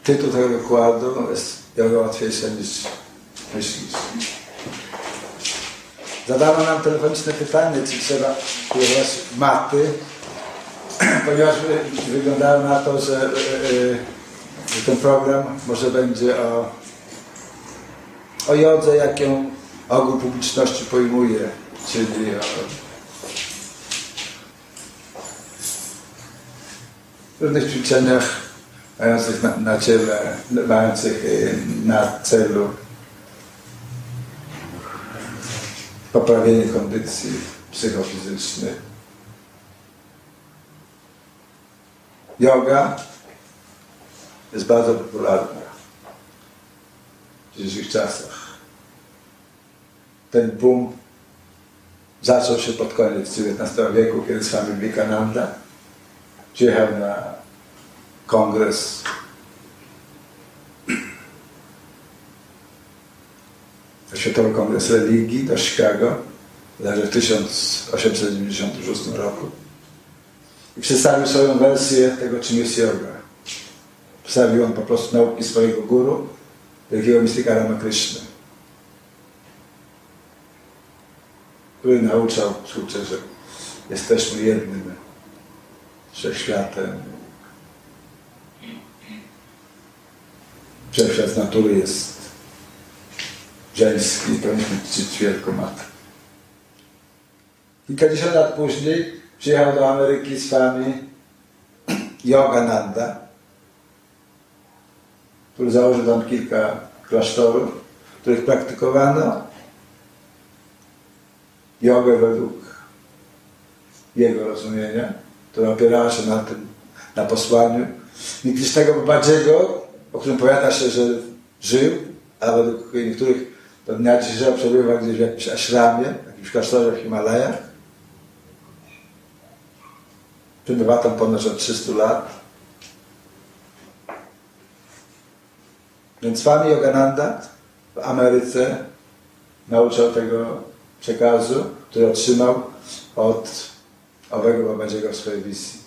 tytuł tego wykładu jest joga łatwiejsza niż myślisz. Zadano nam telefoniczne pytanie, czy trzeba używać maty, ponieważ wyglądało na to, że ten program może będzie o jodze, jak ją ogół publiczności pojmuje, czyli o różnych ćwiczeniach mających mających na celu poprawienie kondycji psychofizycznej. Yoga jest bardzo popularna w dzisiejszych czasach. Ten boom zaczął się pod koniec XIX wieku, kiedy Swami Vivekananda przyjechał na kongres Światowy Kongres Religii do Chicago w 1896 roku i przedstawił swoją wersję tego, czym jest yoga. Przedstawił on po prostu nauki swojego guru, wielkiego mistyka Ramakrishny, który nauczał uczę, że jesteśmy jednym wszechświatem. Wszechświat natury jest żeński i powinniśmy czcić wielką matkę. Kilkadziesiąt lat później przyjechał do Ameryki Swami Yogananda, który założył tam kilka klasztorów, w których praktykowano jogę według jego rozumienia, która opierała się na posłaniu Nikrishnego Babajiego, o którym powiada się, że żył, a według niektórych do dnia dzisiejszego przebywa gdzieś w jakimś ashramie, w jakimś klasztorze w Himalajach. Przebywa tam ponad od 300 lat. Więc Swami Yogananda w Ameryce nauczał tego przekazu, który otrzymał od owego Babajiego w swojej wizji.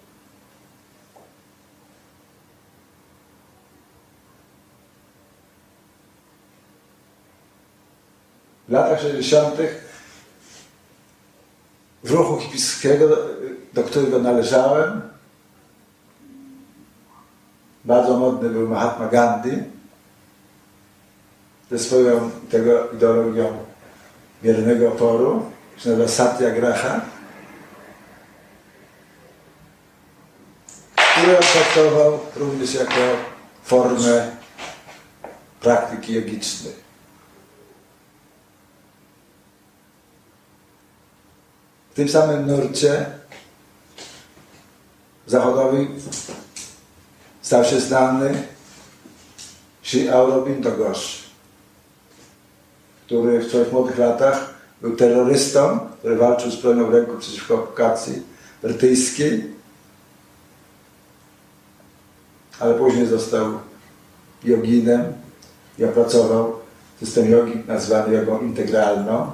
W latach 60. w ruchu hipisowskiego, do którego należałem, bardzo modny był Mahatma Gandhi ze swoją tego ideologią biernego oporu, się nazywa Satyagraha, który on traktował również jako formę praktyki jogicznej. W tym samym nurcie zachodowi stał się znany Sri Aurobindo Ghosh, który w swoich młodych latach był terrorystą, który walczył z bronią w ręku przeciwko okupacji brytyjskiej, ale później został joginem i opracował system jogi nazwany jogą integralną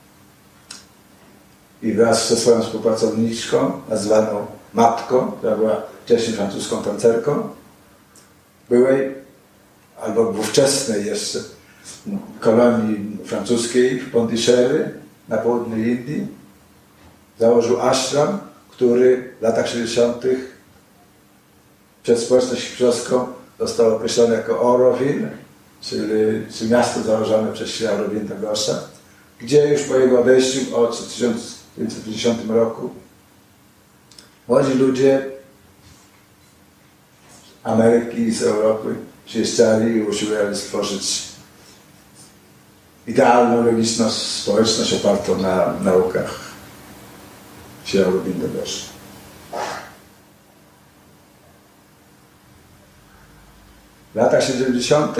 i wraz ze swoją współpracowniczką nazwaną Matką, która była wcześniej francuską tancerką, byłej albo w ówczesnej jeszcze kolonii francuskiej w Pondicherry na południu Indii założył ashram, który w latach 60. przez społeczność hipisowską został określony jako Auroville, czyli miasto założone przez Sri Aurobindo Ghosha, gdzie już po jego odejściu od 1950 roku młodzi ludzie z Ameryki i z Europy przyjeżdżali i usiłowali stworzyć idealną, logiczną społeczność opartą na naukach Sri Aurobindo Ghosha. W latach 70.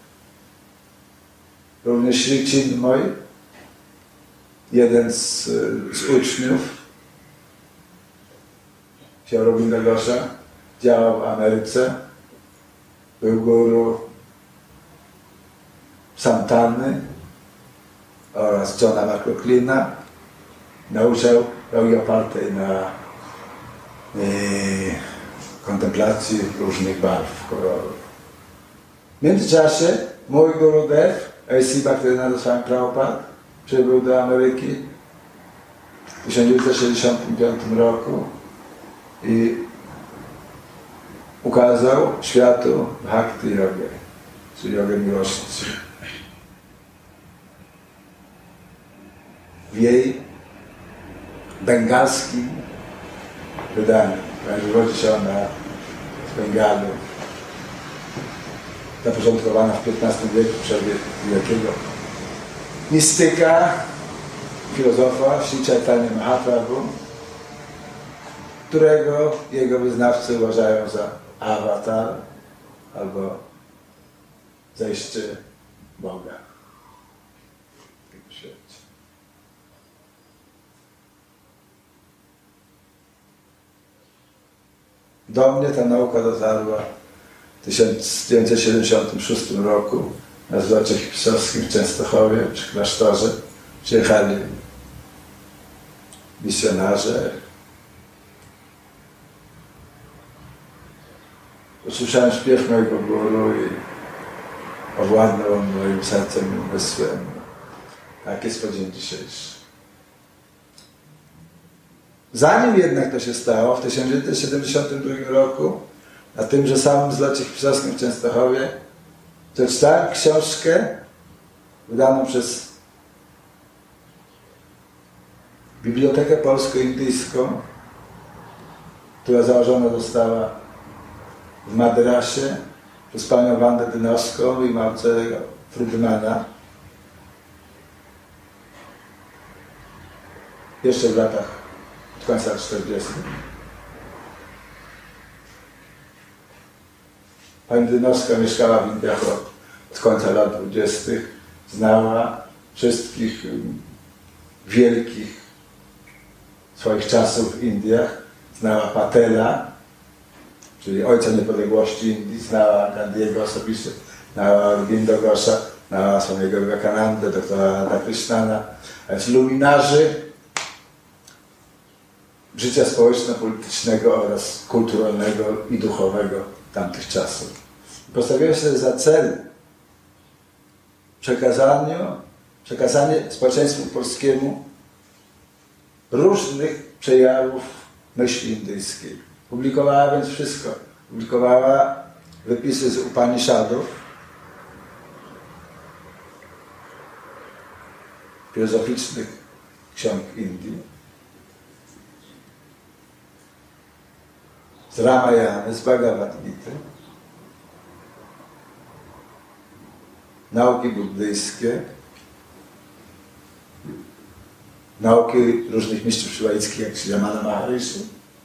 również Sri Chinmoy, jeden z uczniów Sri Aurobindo Ghosha, działał w Ameryce, był guru Santany oraz Johna McLaughlina, nauczał jogi opartej na kontemplacji różnych barw kolorów. międzyczasie mój Gurudev, A.C. Bhaktivinoda Swami Prabhupada, przybył do Ameryki w 1965 roku i ukazał światu Bhakti Jogę, czyli jogę miłości. W jej bengalskim wydaniu, wywodzi się ona z Bengalu, zapoczątkowana w XV wieku przez wielkiego mistyka, filozofa Sri Chaitanya Mahaprabhu, którego jego wyznawcy uważają za awatar albo zejście Boga w tym świecie. Do mnie ta nauka dotarła w 1976 roku na zlocie hipsowskim w Częstochowie, przy klasztorze. Przyjechali misjonarze. Usłyszałem śpiew mojego guru i owładnął on moim sercem i umysłem. Tak jest po dzień dzisiejszy. Zanim jednak to się stało, w 1972 roku, na tymże samym zlocie hipsowskim w Częstochowie, przeczytałem książkę wydaną przez Bibliotekę Polsko-Indyjską, która założona została w Madrasie przez panią Wandę Dynowską i Małcerego Friedmana jeszcze w latach od końca lat 40. Pani Dynowska mieszkała w Indiach od końca lat 20. Znała wszystkich wielkich swoich czasów w Indiach. Znała Patela, czyli ojca niepodległości Indii, znała Gandhiego osobiście, znała Aurobindo Ghosha, znała Swamiego Vivekanandę, doktora Radhakrishnana, a więc luminarzy życia społeczno-politycznego oraz kulturalnego i duchowego tamtych czasów. Postawiłem sobie za cel przekazanie społeczeństwu polskiemu różnych przejawów myśli indyjskiej. Publikowała więc wszystko. Publikowała wypisy z Upanishadów, filozoficznych ksiąg Indii, z Ramayany, z Bhagavad Gita, nauki buddyjskie, nauki różnych mistrzów szywaickich, jak Sri Ramana Maharishi.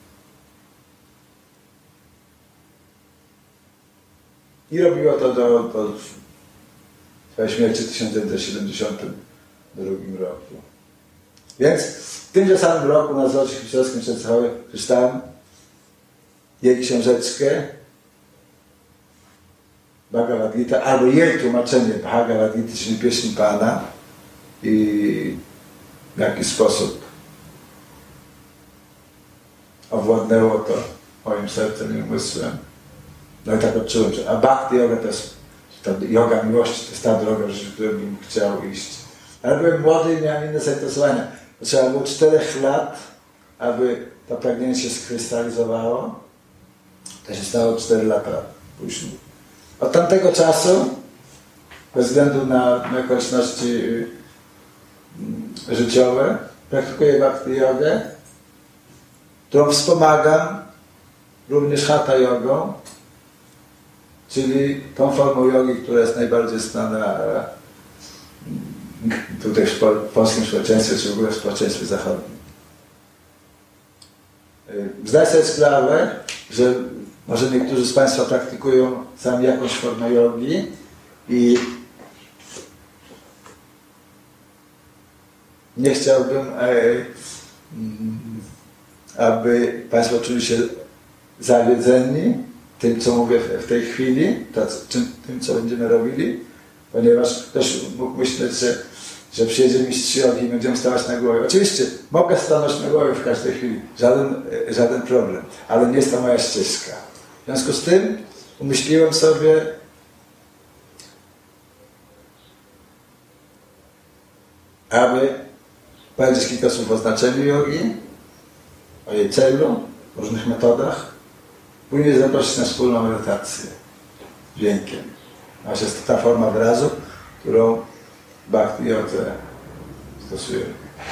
I robiło to do swojej śmierci w 1972 roku. Więc w tymże samym roku na zlocie hipsowskim w Częstochowie przeczytałem jej książeczkę Bhagavad Gita, albo jej tłumaczenie Bhagavad Gita, czyli pieśń Pana, i w jaki sposób owładnęło to moim sercem i umysłem. No i tak odczułem, że Bhakti Yoga to jest ta yoga miłości, to jest ta droga, w którą bym chciał iść. Ale byłem młody i miałem inne zainteresowania. Trzeba było 4 lat, aby to pragnienie się skrystalizowało. To się stało 4 lata później. Od tamtego czasu, bez względu na okoliczności życiowe, praktykuję Bhakti Jogę, którą wspomagam również Hatha Jogą, czyli tą formą jogi, która jest najbardziej znana tutaj w polskim społeczeństwie, czy w ogóle w społeczeństwie zachodnim. Zdaję sobie sprawę, że może niektórzy z Państwa praktykują sami jakąś formę jogi i nie chciałbym, aby Państwo czuli się zawiedzeni tym, co mówię w tej chwili, tym, co będziemy robili, ponieważ ktoś mógł myśleć, że przyjedzie mistrz jogi i będziemy stawać na głowie. Oczywiście mogę stanąć na głowie w każdej chwili, żaden problem, ale nie jest to moja ścieżka. W związku z tym umyśliłem sobie aby powiedzieć kilka słów o znaczeniu jogi, o jej celu, o różnych metodach, później zaprosić na wspólną medytację dźwiękiem. Właśnie jest to ta forma wyrazu, którą w Bhakti jodze stosuje.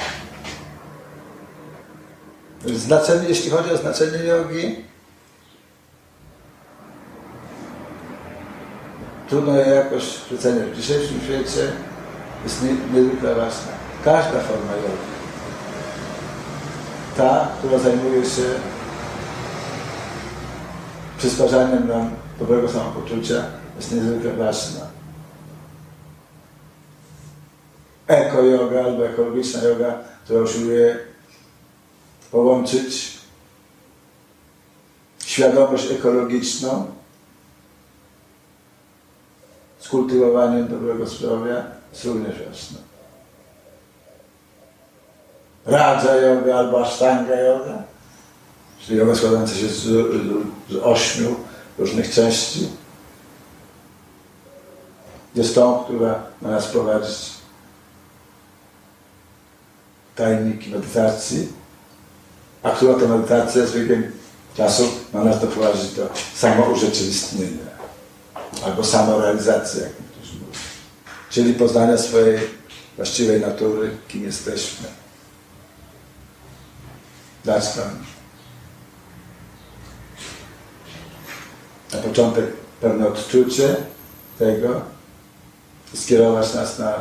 Znaczenie, jeśli chodzi o znaczenie jogi, trudno je jakoś przeceniać. W dzisiejszym świecie jest niezwykle ważna. Każda forma jogi, ta, która zajmuje się przysparzaniem nam dobrego samopoczucia, jest niezwykle ważna. Eko-yoga albo ekologiczna yoga, która usiłuje połączyć świadomość ekologiczną z kultywowaniem dobrego zdrowia, jest również ważna. Raja yoga albo ashtanga yoga, czyli yoga składająca się z 8 różnych części, jest tą, która ma nas prowadzić tajniki medytacji, a która to medytacja z biegiem czasu ma nas doprowadzić do samourzeczywistnienia albo samorealizacji, jak niektórzy mówią, czyli poznania swojej właściwej natury, kim jesteśmy. Dać tam na początek pewne odczucie tego i skierować nas na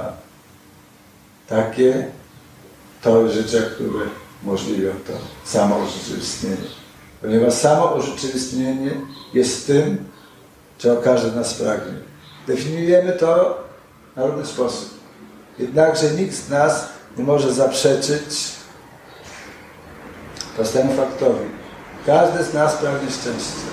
takie tory życia, które umożliwią to samourzeczywistnienie. Ponieważ samourzeczywistnienie jest tym, czego każdy z nas pragnie. Definiujemy to na różny sposób. Jednakże nikt z nas nie może zaprzeczyć prostemu faktowi. Każdy z nas pragnie szczęścia.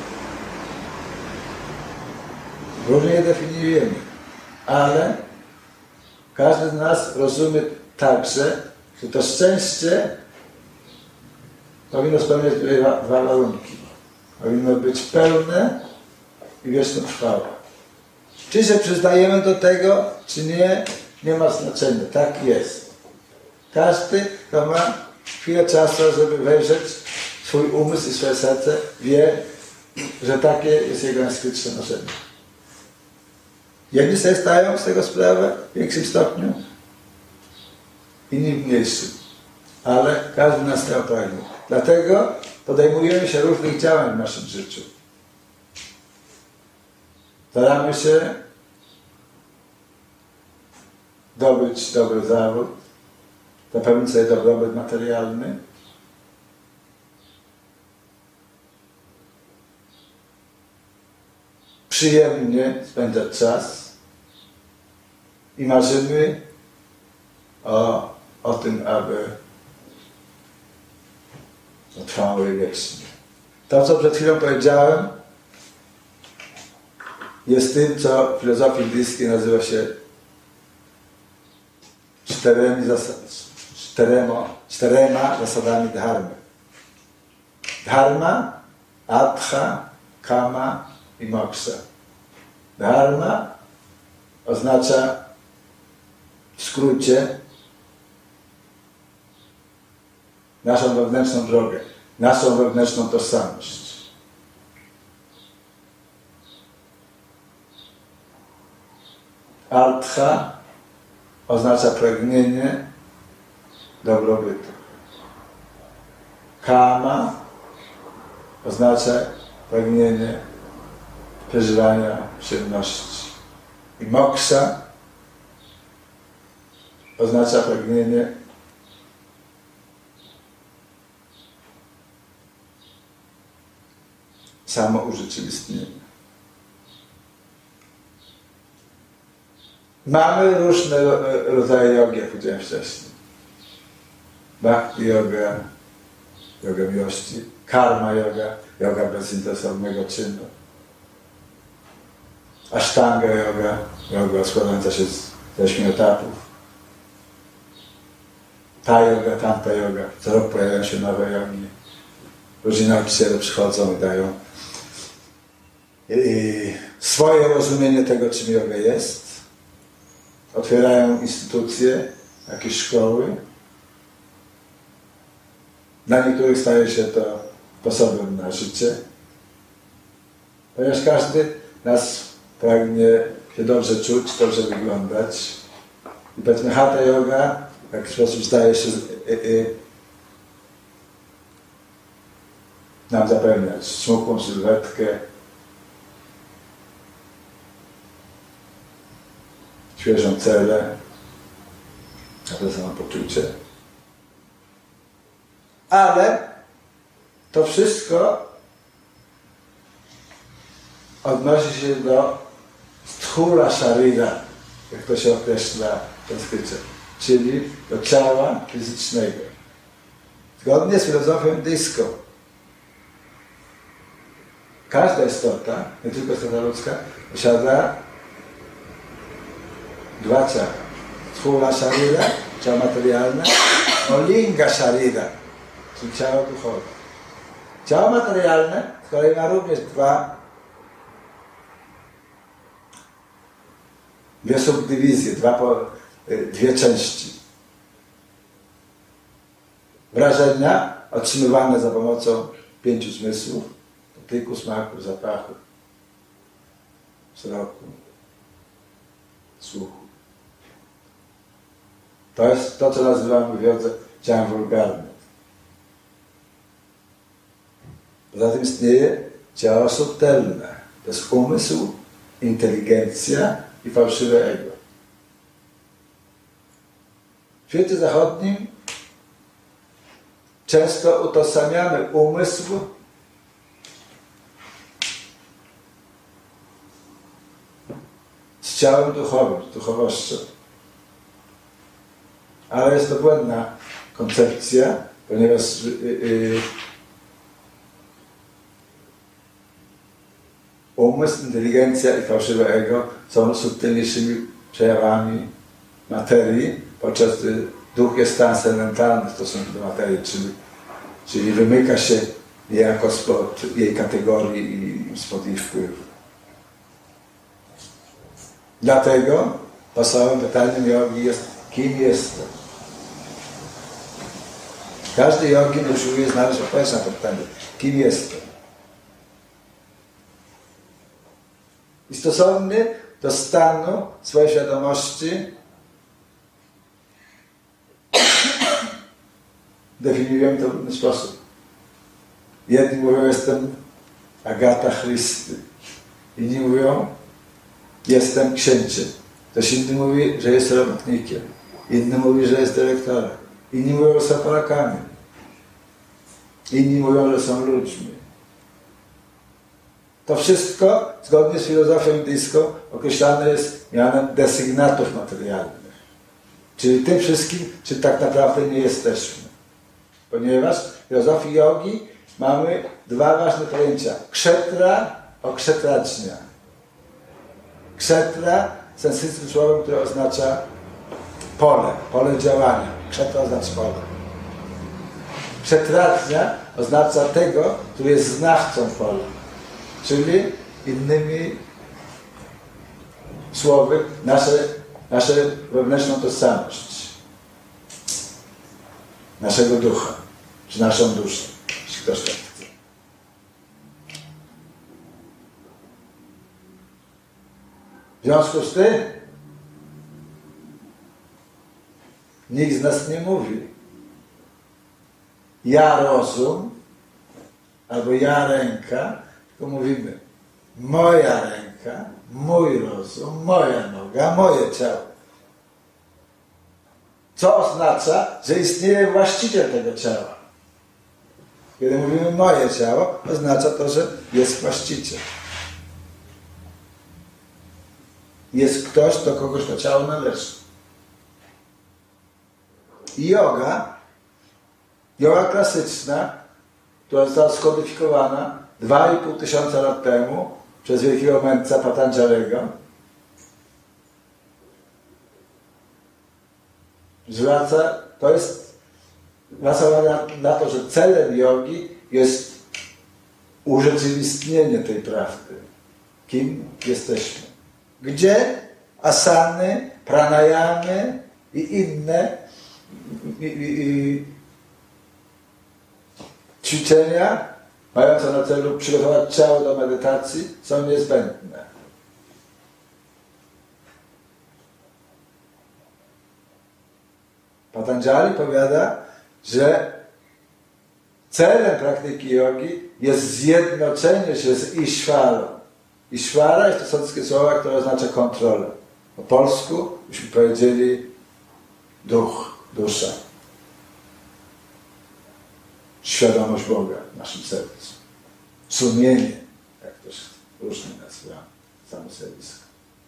Różnie je definiujemy, ale każdy z nas rozumie także, że to szczęście powinno spełniać dwa warunki. Powinno być pełne i wiecznotrwałe. Czy się przyznajemy do tego, czy nie, nie ma znaczenia. Tak jest. Każdy, kto ma chwilę czasu, żeby wejrzeć w swój umysł i swoje serce, wie, że takie jest jego najskrytsze marzenie. Jedni sobie zdają z tego sprawę w większym stopniu, inni w mniejszym. Ale każdy nas tego pragnie. Dlatego podejmujemy się różnych działań w naszym życiu. Staramy się zdobyć dobry zawód, zapewnić sobie dobrobyt materialny, przyjemnie spędzać czas i marzymy o tym, aby trwały wiecznie. To, co przed chwilą powiedziałem, jest tym, co w filozofii indyjskiej nazywa się czterema zasadami dharmy. Dharma, artha, kama i moksha. Dharma oznacza w skrócie naszą wewnętrzną drogę, naszą wewnętrzną tożsamość. Artha oznacza pragnienie dobrobytu. Kama oznacza pragnienie przeżywania przyjemności. I moksha oznacza pragnienie samourzeczywistnienia. Mamy różne rodzaje jogi, jak powiedziałem wcześniej. Bhakti yoga, yoga miłości, karma yoga, yoga bezinteresownego czynu. Ashtanga yoga, yoga składająca się z 8 etapów. Ta yoga, tamta yoga. Co rok pojawiają się nowe jogi. Różni nauczyciele przychodzą i dają swoje rozumienie tego, czym yoga jest. Otwierają instytucje jakieś szkoły. Dla niektórych staje się to sposobem na życie. Ponieważ każdy nas pragnie się dobrze czuć, dobrze wyglądać. I powiedzmy hatha yoga w jakiś sposób zdaje się nam zapewniać smukłą sylwetkę, świeżą celę, a to samopoczucie. Ale to wszystko odnosi się do sthula sharira, jak to się określa w sanskrycie, czyli do ciała fizycznego. Zgodnie z filozofią indyjską, każda istota, nie tylko istota ludzka, posiada dwa ciała. Sthula sharira, ciało materialne, linga sharira, czyli ciało duchowe. Ciało materialne z kolei ma również dwie subdywizje, dwie części. Wrażenia otrzymywane za pomocą 5 zmysłów: dotyku, smaku, zapachu, wzroku, słuchu. To jest to, co nazywamy w jodze ciałem wulgarnym. Poza tym istnieje ciało subtelne. To jest umysł, inteligencja i fałszywe ego. W świecie zachodnim często utożsamiamy umysł z ciałem duchowym, z duchowością. Ale jest to błędna koncepcja, ponieważ umysł, inteligencja i fałszywe ego są subtelniejszymi przejawami materii, podczas gdy duch jest transcendentalny w stosunku do materii, czyli wymyka się niejako spod jej kategorii i spod jej wpływu. Dlatego podstawowym pytaniem jogi jest: kim jestem? Każdy jogin usiłuje znaleźć odpowiedź na to pytanie: kim jestem? I stosowny do stanu swojej świadomości definiujemy to w różny sposób. Jedni mówią: jestem Agata Chrysty. Inni mówią: jestem księciem. Ktoś inny mówi, że jest robotnikiem. Inny mówi, że jest dyrektorem. Inni mówią, że są Polakami. Inni mówią, że są ludźmi. To wszystko, zgodnie z filozofią indyjską, określane jest mianem desygnatów materialnych. Czyli tym wszystkim, czym tak naprawdę nie jesteśmy. Ponieważ w filozofii jogi mamy dwa ważne pojęcia: kshetra i kshetrajna. Kshetra sanskrytnym słowem, które oznacza pole działania. Kshetra oznacza pole. Kshetrajna oznacza tego, który jest znawcą pola. Czyli innymi słowy, nasze wewnętrzną tożsamość, naszego ducha, czy naszą duszę, jeśli ktoś tak chce. W związku z tym nikt z nas nie mówi: ja rozum albo ja ręka, tylko mówimy: moja ręka, mój rozum, moja noga, moje ciało. Co oznacza, że istnieje właściciel tego ciała. Kiedy mówimy moje ciało, oznacza to, że jest właściciel. Jest ktoś, do kogoś to ciało należy. I joga klasyczna, która została skodyfikowana 2500 lat temu przez wielkiego mędrca Patanjalego, zwraca na to, że celem jogi jest urzeczywistnienie tej prawdy. Kim jesteśmy? Gdzie asany, pranayamy i inne ćwiczenia mające na celu przygotować ciało do medytacji są niezbędne. Patanjali powiada, że celem praktyki jogi jest zjednoczenie się z Ishwarą. Ishvara jest to sanskryckie słowo, które oznacza kontrolę. Po polsku byśmy powiedzieli duch, dusza. Świadomość Boga w naszym sercu. Sumienie, jak też różnie nazywa samo zjawisko.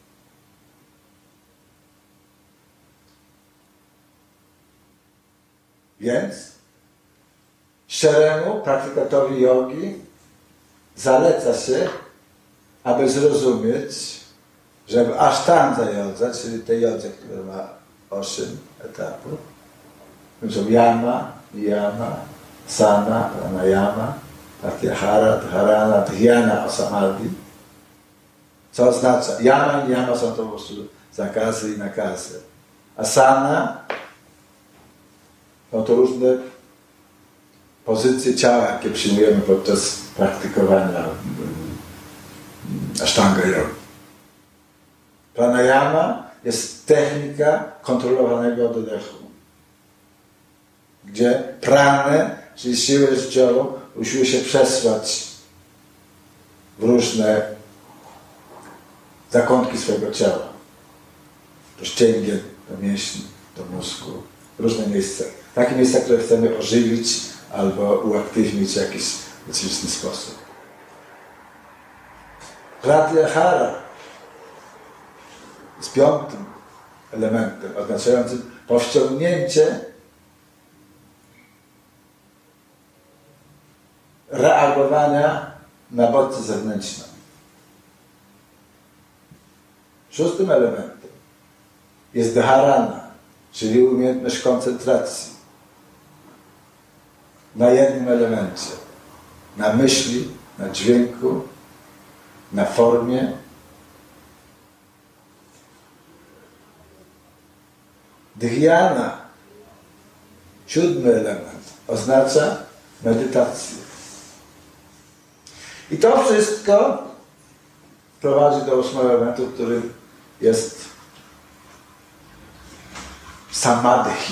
Więc szczeremu praktykatowi jogi zaleca się, aby zrozumieć, że w Ashtanga jodze, czyli tej jodze, która ma 8 etapów, są yama, niyama, sana, pranayama, pratyahara, dharana, dhyana, samadhi. Co oznacza? Yama i niyama są to po prostu zakazy i nakazy. Asana są to różne pozycje ciała, jakie przyjmujemy podczas praktykowania Ashtanga yogi. Pranayama jest technika kontrolowanego oddechu, gdzie pranę, czyli siłę życiową, musimy się przesłać w różne zakątki swojego ciała. Do ścięgien, do mięśni, do mózgu, różne miejsca. Takie miejsca, które chcemy ożywić albo uaktywnić w jakiś specyficzny sposób. Pratyahara jest 5. elementem oznaczającym powściągnięcie reagowania na bodźce zewnętrzne. 6. elementem jest dharana, czyli umiejętność koncentracji na jednym elemencie, na myśli, na dźwięku, na formie. Dhyana, 7. element, oznacza medytację. I to wszystko prowadzi do 8. elementu, którym jest samadhi,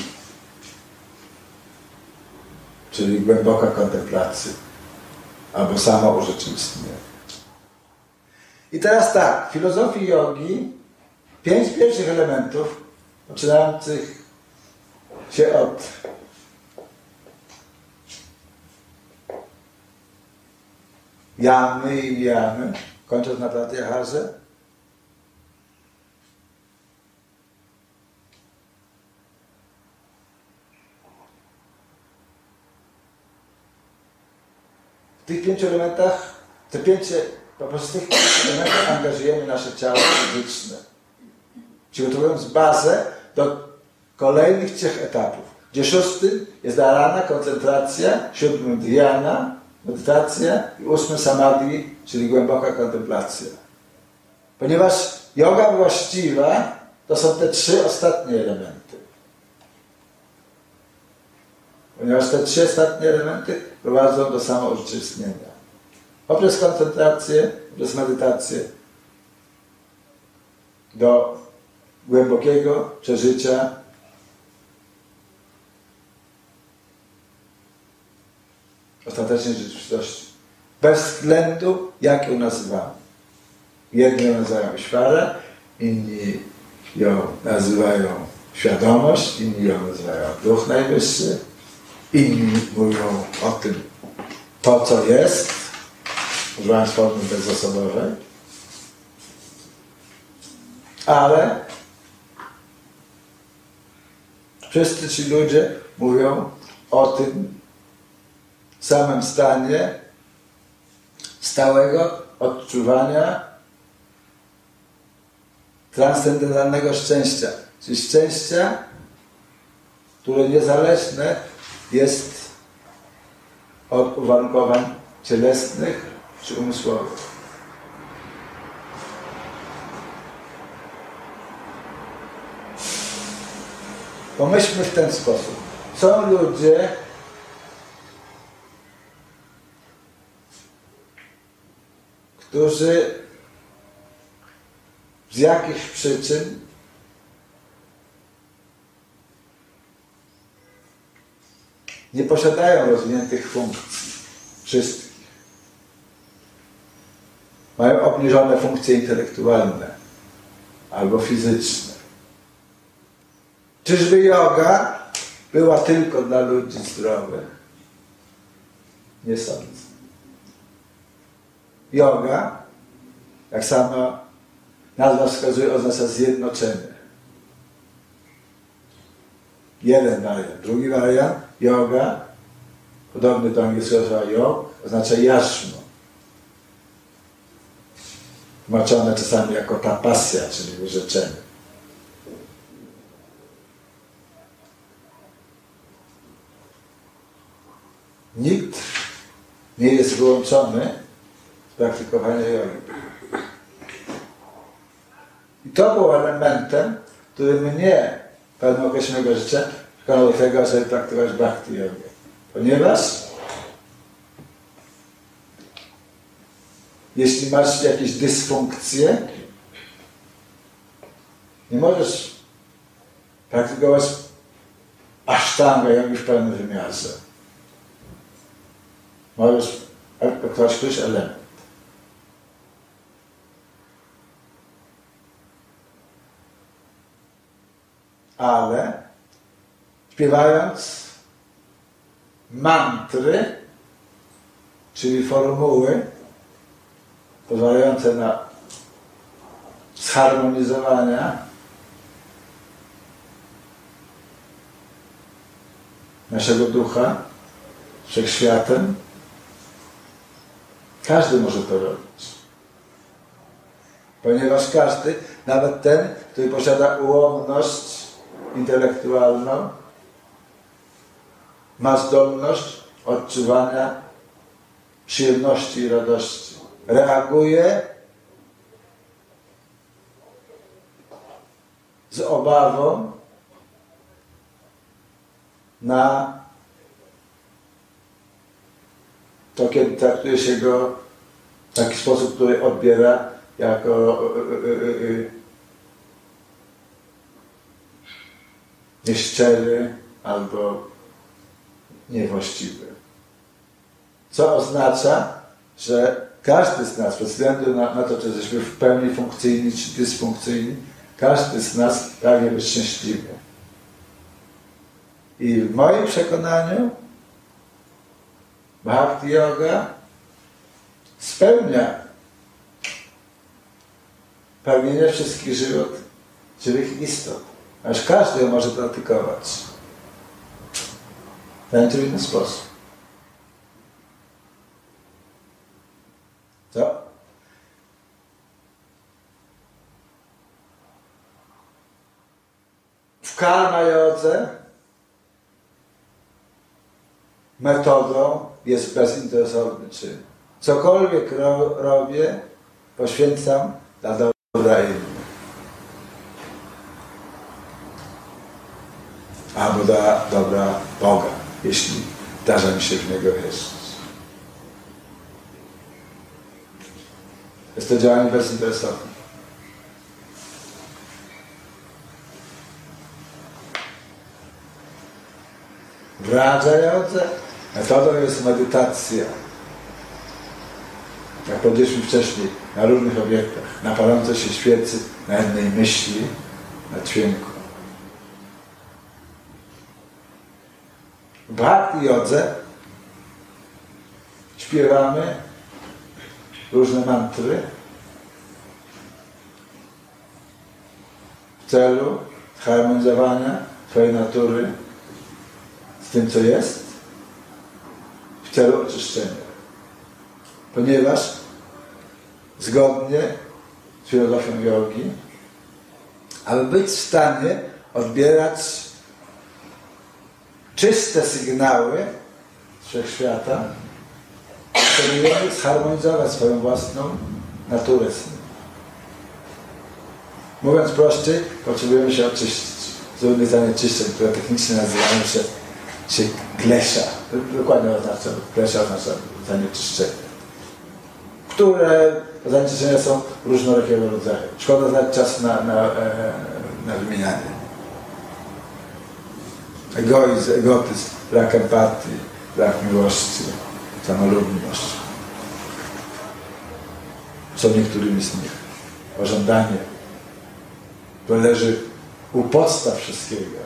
czyli głęboka kontemplacja albo samo urzeczywistnienie. I teraz tak, w filozofii jogi 5 pierwszych elementów, poczynających się od jamy i niyamy, kończąc na pratyaharze, w tych 5 elementach, po prostu w tych 5 elementach angażujemy nasze ciało fizyczne, przygotowując bazę do kolejnych 3 etapów, gdzie 6. jest dharana, koncentracja, 7. dhyana, medytacja i 8. samadhi, czyli głęboka kontemplacja. Ponieważ joga właściwa to są te 3 ostatnie elementy. Ponieważ te 3 ostatnie elementy prowadzą do samourzeczywistnienia. Poprzez koncentrację, poprzez medytację do głębokiego przeżycia ostatecznej rzeczywistości. Bez względu, jak ją nazywamy. Jedni ją nazywają Ishvara, inni ją nazywają świadomość, inni ją nazywają duch najwyższy, inni mówią o tym, to co jest, używając formy bezosobowej, ale wszyscy ci ludzie mówią o tym samym stanie stałego odczuwania transcendentalnego szczęścia, czyli szczęścia, które niezależne jest od uwarunkowań cielesnych czy umysłowych. Pomyślmy w ten sposób. Są ludzie, którzy z jakichś przyczyn nie posiadają rozwiniętych funkcji. Wszystkich. Mają obniżone funkcje intelektualne albo fizyczne. Czyżby joga była tylko dla ludzi zdrowych? Nie sądzę. Joga, jak sama nazwa wskazuje, oznacza zjednoczenie. Jeden wariant. Drugi wariant, yoga, podobny do angielskiego słowa yog, oznacza jaśmo. Tłumaczone czasami jako tapasya, czyli wyrzeczenie. Nikt nie jest wyłączony z praktykowania jogi. I to było elementem, który mnie w pewnym okresie mojego życia przekonał do tego, żeby praktykować bhakti jogę. Ponieważ jeśli masz jakieś dysfunkcje, nie możesz praktykować asztanga jogi w pełnym wymiarze. Możesz praktykować któryś element. Ale śpiewając mantry, czyli formuły pozwalające na zharmonizowanie naszego ducha z wszechświatem, każdy może to robić. Ponieważ każdy, nawet ten, który posiada ułomność intelektualną, ma zdolność odczuwania przyjemności i radości. Reaguje z obawą na to, kiedy traktuje się go w taki sposób, który odbiera jako nieszczery albo niewłaściwy. Co oznacza, że każdy z nas, bez względu na to, czy jesteśmy w pełni funkcyjni, czy dysfunkcyjni, każdy z nas pragnie być szczęśliwy. I w moim przekonaniu bhakti yoga spełnia pragnienie wszystkich żywych istot. Aż każdy ją może praktykować. W ten czy inny sposób. Co? W karma jodze metodą jest bezinteresowny czyn. Cokolwiek robię, poświęcam dla dobra innych. Albo dla dobra Boga, jeśli zdarza mi się w Niego wierzyć. Jest to działanie bezinteresowne. W Raja Jodze metodą jest medytacja. Jak powiedzieliśmy wcześniej, na różnych obiektach, na palącej się świecy, na jednej myśli, na dźwięku. W bhakti jodze śpiewamy różne mantry w celu harmonizowania swojej natury z tym, co jest, w celu oczyszczenia. Ponieważ zgodnie z filozofią jogi, aby być w stanie odbierać czyste sygnały z wszechświata, potrzebujemy zharmonizować swoją własną naturę z nim. Mówiąc prościej, potrzebujemy się oczyścić. z różnych zanieczyszczeń, które technicznie nazywają się glesza. Dokładnie oznacza, glesza oznacza zanieczyszczenie. Które zanieczyszczenia są różnorakiego rodzaju. Szkoda znać czas na wymienianie. Egoizm, egotyzm, brak empatii, brak miłości, samolubność. Są niektórymi z nich. Pożądanie, to leży u podstaw wszystkiego.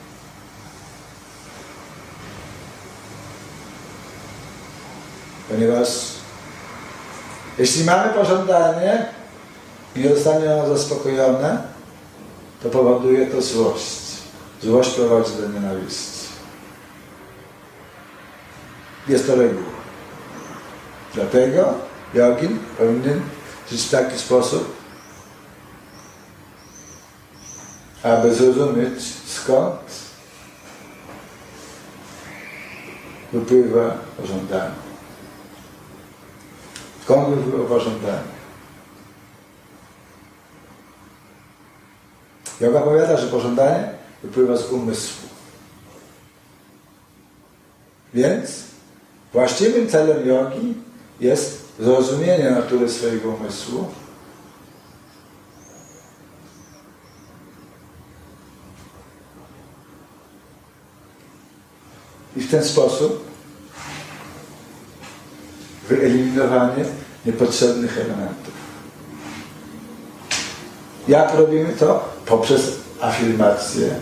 Ponieważ jeśli mamy pożądanie i nie zostanie ono zaspokojone, to powoduje to złość. Złość prowadzi do nienawiści. Jest to reguła. Dlatego jogin powinien żyć w taki sposób, aby zrozumieć, skąd wypływa pożądanie. Skąd wypływa pożądanie? Joga powiada, że pożądanie wypływa z umysłu. Więc właściwym celem jogi jest zrozumienie natury swojego umysłu i w ten sposób wyeliminowanie niepotrzebnych elementów. Jak robimy to? Poprzez afirmację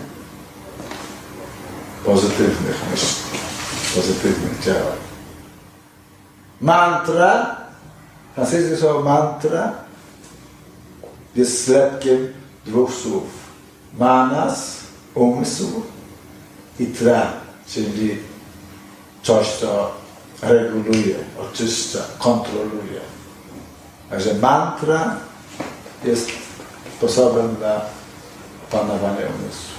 pozytywnych myśli, pozytywnych działań. Mantra, francuskie słowo mantra jest zlepkiem dwóch słów. Manas, umysł, i tra, czyli coś, co reguluje, oczyszcza, kontroluje. Także mantra jest sposobem na opanowanie umysłu.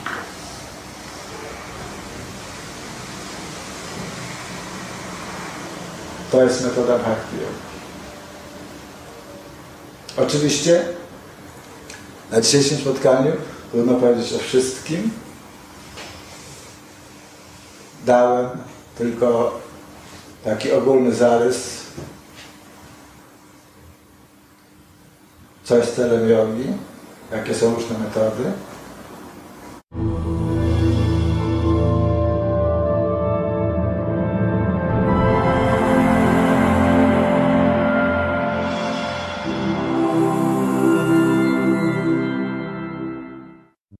To jest metoda bhakti yogi. Oczywiście na dzisiejszym spotkaniu trudno powiedzieć o wszystkim. Dałem tylko taki ogólny zarys, co jest celem jogi, jakie są różne metody.